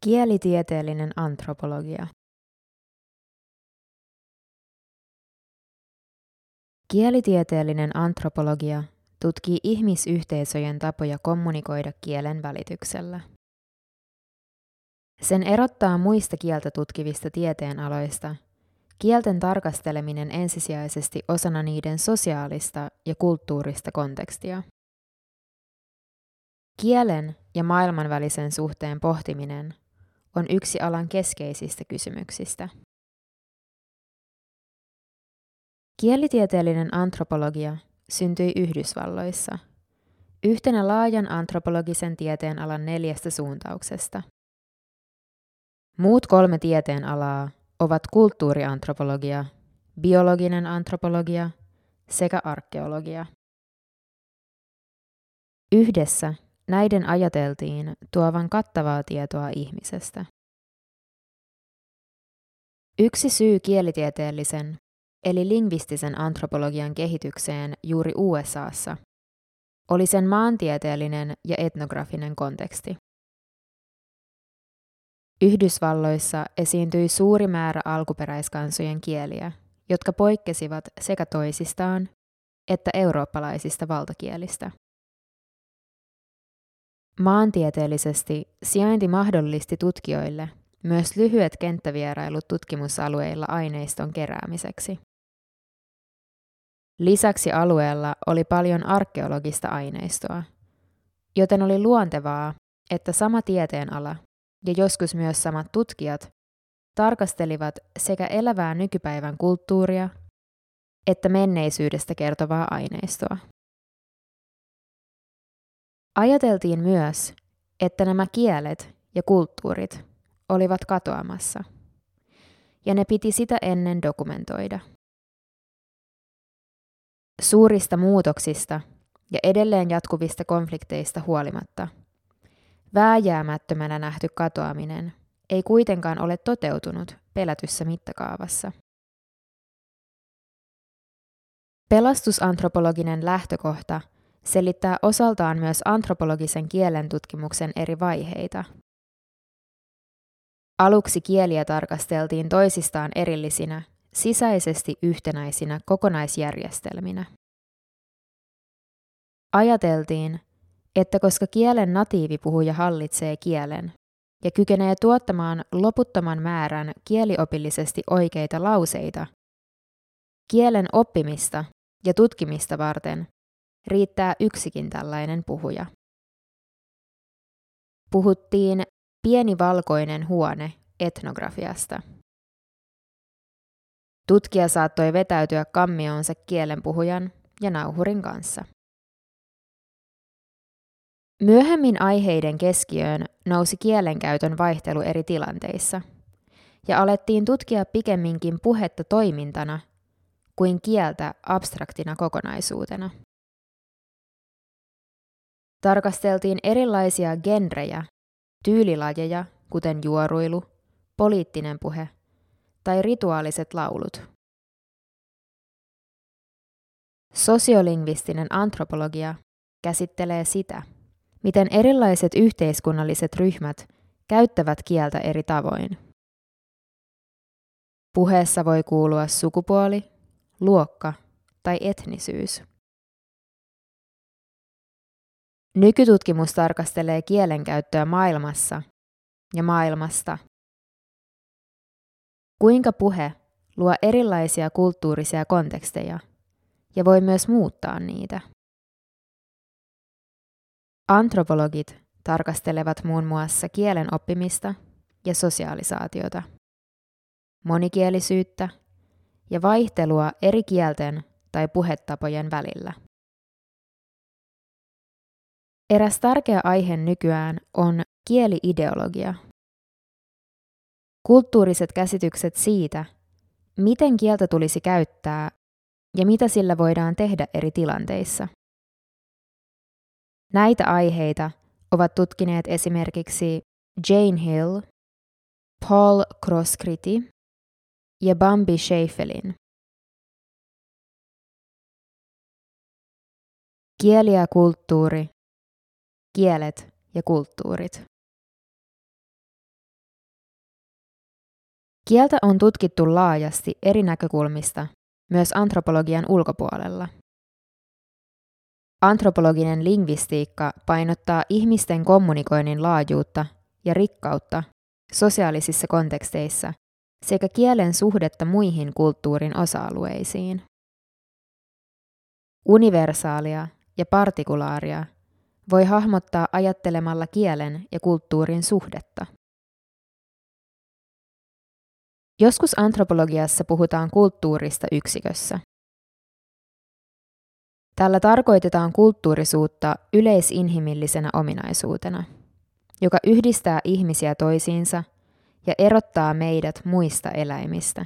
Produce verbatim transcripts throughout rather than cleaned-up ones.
Kielitieteellinen antropologia. Kielitieteellinen antropologia tutkii ihmisyhteisöjen tapoja kommunikoida kielen välityksellä. Sen erottaa muista kieltä tutkivista tieteenaloista kielten tarkasteleminen ensisijaisesti osana niiden sosiaalista ja kulttuurista kontekstia. Kielen ja maailman välisen suhteen pohtiminen on yksi alan keskeisistä kysymyksistä. Kielitieteellinen antropologia syntyi Yhdysvalloissa, yhtenä laajan antropologisen tieteenalan neljästä suuntauksesta. Muut kolme tieteenalaa ovat kulttuuriantropologia, biologinen antropologia sekä arkeologia. Yhdessä näiden ajateltiin tuovan kattavaa tietoa ihmisestä. Yksi syy kielitieteellisen eli lingvistisen antropologian kehitykseen juuri U S A:ssa oli sen maantieteellinen ja etnografinen konteksti. Yhdysvalloissa esiintyi suuri määrä alkuperäiskansojen kieliä, jotka poikkesivat sekä toisistaan että eurooppalaisista valtakielistä. Maantieteellisesti sijainti mahdollisti tutkijoille myös lyhyet kenttävierailut tutkimusalueilla aineiston keräämiseksi. Lisäksi alueella oli paljon arkeologista aineistoa, joten oli luontevaa, että sama tieteenala ja joskus myös samat tutkijat tarkastelivat sekä elävää nykypäivän kulttuuria että menneisyydestä kertovaa aineistoa. Ajateltiin myös, että nämä kielet ja kulttuurit olivat katoamassa, ja ne piti sitä ennen dokumentoida. Suurista muutoksista ja edelleen jatkuvista konflikteista huolimatta, vääjäämättömänä nähty katoaminen ei kuitenkaan ole toteutunut pelätyssä mittakaavassa. Pelastusantropologinen lähtökohta selittää osaltaan myös antropologisen kielen tutkimuksen eri vaiheita. Aluksi kieliä tarkasteltiin toisistaan erillisinä, sisäisesti yhtenäisinä kokonaisjärjestelminä. Ajateltiin, että koska kielen natiivipuhuja hallitsee kielen ja kykenee tuottamaan loputtoman määrän kieliopillisesti oikeita lauseita, kielen oppimista ja tutkimista varten riittää yksikin tällainen puhuja. Puhuttiin pieni valkoinen huone etnografiasta. Tutkija saattoi vetäytyä kammioonsa kielenpuhujan ja nauhurin kanssa. Myöhemmin aiheiden keskiöön nousi kielenkäytön vaihtelu eri tilanteissa, ja alettiin tutkia pikemminkin puhetta toimintana kuin kieltä abstraktina kokonaisuutena. Tarkasteltiin erilaisia genrejä, tyylilajeja, kuten juoruilu, poliittinen puhe tai rituaaliset laulut. Sosiolingvistinen antropologia käsittelee sitä, miten erilaiset yhteiskunnalliset ryhmät käyttävät kieltä eri tavoin. Puheessa voi kuulua sukupuoli, luokka tai etnisyys. Nykytutkimus tarkastelee kielenkäyttöä maailmassa ja maailmasta. Kuinka puhe luo erilaisia kulttuurisia konteksteja ja voi myös muuttaa niitä. Antropologit tarkastelevat muun muassa kielen oppimista ja sosialisaatiota, monikielisyyttä ja vaihtelua eri kielten tai puhetapojen välillä. Eräs tärkeä aihe nykyään on kieli-ideologia. Kulttuuriset käsitykset siitä, miten kieltä tulisi käyttää ja mitä sillä voidaan tehdä eri tilanteissa. Näitä aiheita ovat tutkineet esimerkiksi Jane Hill, Paul Crosscrity ja Bambi Schäfelin. Kieli ja kulttuuri, kielet ja kulttuurit. Kieltä on tutkittu laajasti eri näkökulmista, myös antropologian ulkopuolella. Antropologinen lingvistiikka painottaa ihmisten kommunikoinnin laajuutta ja rikkautta sosiaalisissa konteksteissa sekä kielen suhdetta muihin kulttuurin osa-alueisiin. Universaalia ja partikulaaria voi hahmottaa ajattelemalla kielen ja kulttuurin suhdetta. Joskus antropologiassa puhutaan kulttuurista yksikössä. Tällä tarkoitetaan kulttuurisuutta yleisinhimillisenä ominaisuutena, joka yhdistää ihmisiä toisiinsa ja erottaa meidät muista eläimistä.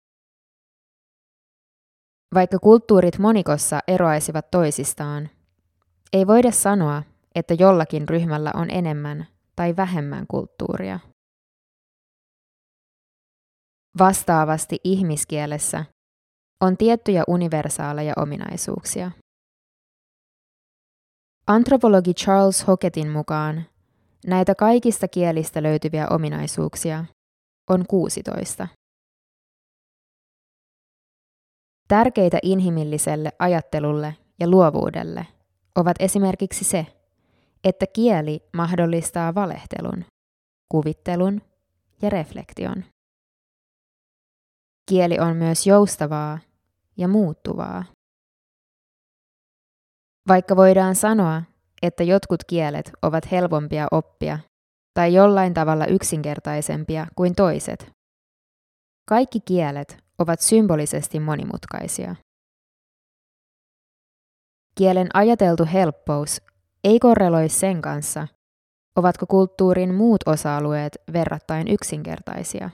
Vaikka kulttuurit monikossa eroaisivat toisistaan, ei voida sanoa, että jollakin ryhmällä on enemmän tai vähemmän kulttuuria. Vastaavasti ihmiskielessä on tiettyjä universaaleja ominaisuuksia. Antropologi Charles Hocketin mukaan näitä kaikista kielistä löytyviä ominaisuuksia on kuusitoista. Tärkeitä inhimilliselle ajattelulle ja luovuudelle ovat esimerkiksi se, että kieli mahdollistaa valehtelun, kuvittelun ja reflektion. Kieli on myös joustavaa ja muuttuvaa. Vaikka voidaan sanoa, että jotkut kielet ovat helpompia oppia tai jollain tavalla yksinkertaisempia kuin toiset, kaikki kielet ovat symbolisesti monimutkaisia. Kielen ajateltu helppous ei korreloi sen kanssa, ovatko kulttuurin muut osa-alueet verrattain yksinkertaisia.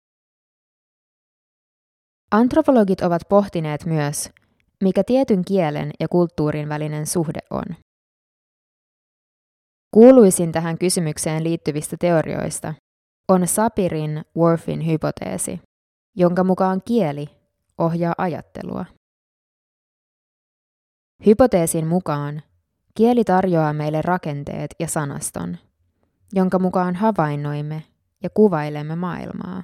Antropologit ovat pohtineet myös, mikä tietyn kielen ja kulttuurin välinen suhde on. Kuuluisin tähän kysymykseen liittyvistä teorioista on Sapirin-Whorfin hypoteesi, jonka mukaan kieli ohjaa ajattelua. Hypoteesin mukaan kieli tarjoaa meille rakenteet ja sanaston, jonka mukaan havainnoimme ja kuvailemme maailmaa.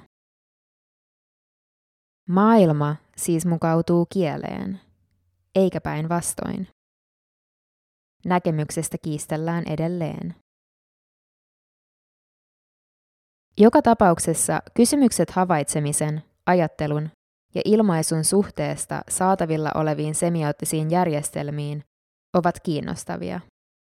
Maailma siis mukautuu kieleen, eikä päinvastoin. Näkemyksestä kiistellään edelleen. Joka tapauksessa kysymykset havaitsemisen, ajattelun ja ilmaisun suhteesta saatavilla oleviin semioottisiin järjestelmiin ovat kiinnostavia.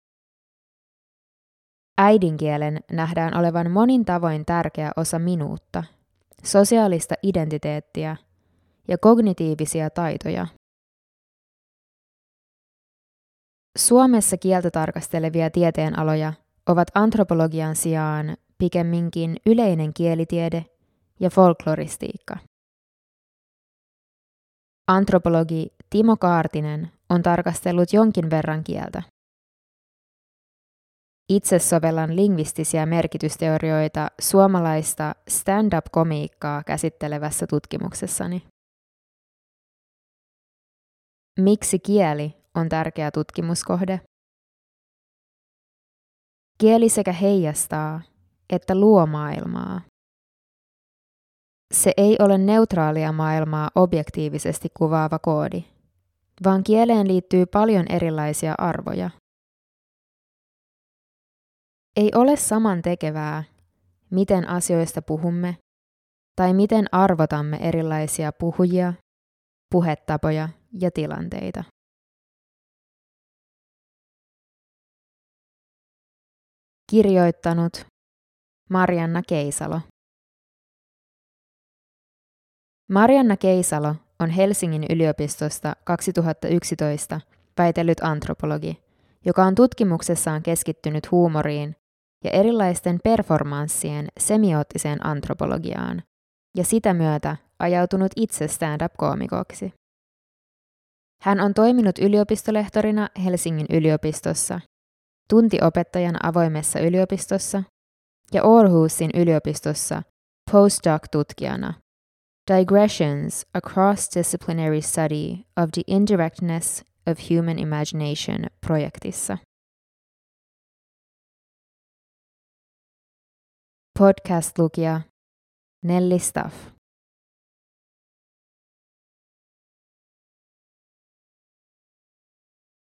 Äidinkielen nähdään olevan monin tavoin tärkeä osa minuutta, sosiaalista identiteettiä ja kognitiivisia taitoja. Suomessa kieltä tarkastelevia tieteenaloja ovat antropologian sijaan pikemminkin yleinen kielitiede ja folkloristiikka. Antropologi Timo Kaartinen on tarkastellut jonkin verran kieltä. Itse sovellan lingvistisiä merkitysteorioita suomalaista stand-up-komiikkaa käsittelevässä tutkimuksessani. Miksi kieli on tärkeä tutkimuskohde? Kieli sekä heijastaa että luo maailmaa. Se ei ole neutraalia maailmaa objektiivisesti kuvaava koodi, vaan kieleen liittyy paljon erilaisia arvoja. Ei ole samantekevää, miten asioista puhumme tai miten arvotamme erilaisia puhujia, puhetapoja ja tilanteita. Kirjoittanut Marianna Keisalo. Marianna Keisalo on Helsingin yliopistosta kaksituhattayksitoista väitellyt antropologi, joka on tutkimuksessaan keskittynyt huumoriin ja erilaisten performanssien semioottiseen antropologiaan ja sitä myötä ajautunut itse stand-up-koomikoksi. Hän on toiminut yliopistolehtorina Helsingin yliopistossa, tuntiopettajana avoimessa yliopistossa ja Aarhusin yliopistossa postdoc-tutkijana Digressions, a cross-disciplinary study of the indirectness of human imagination -projektissa. Podcast-lukija Nelli Staff.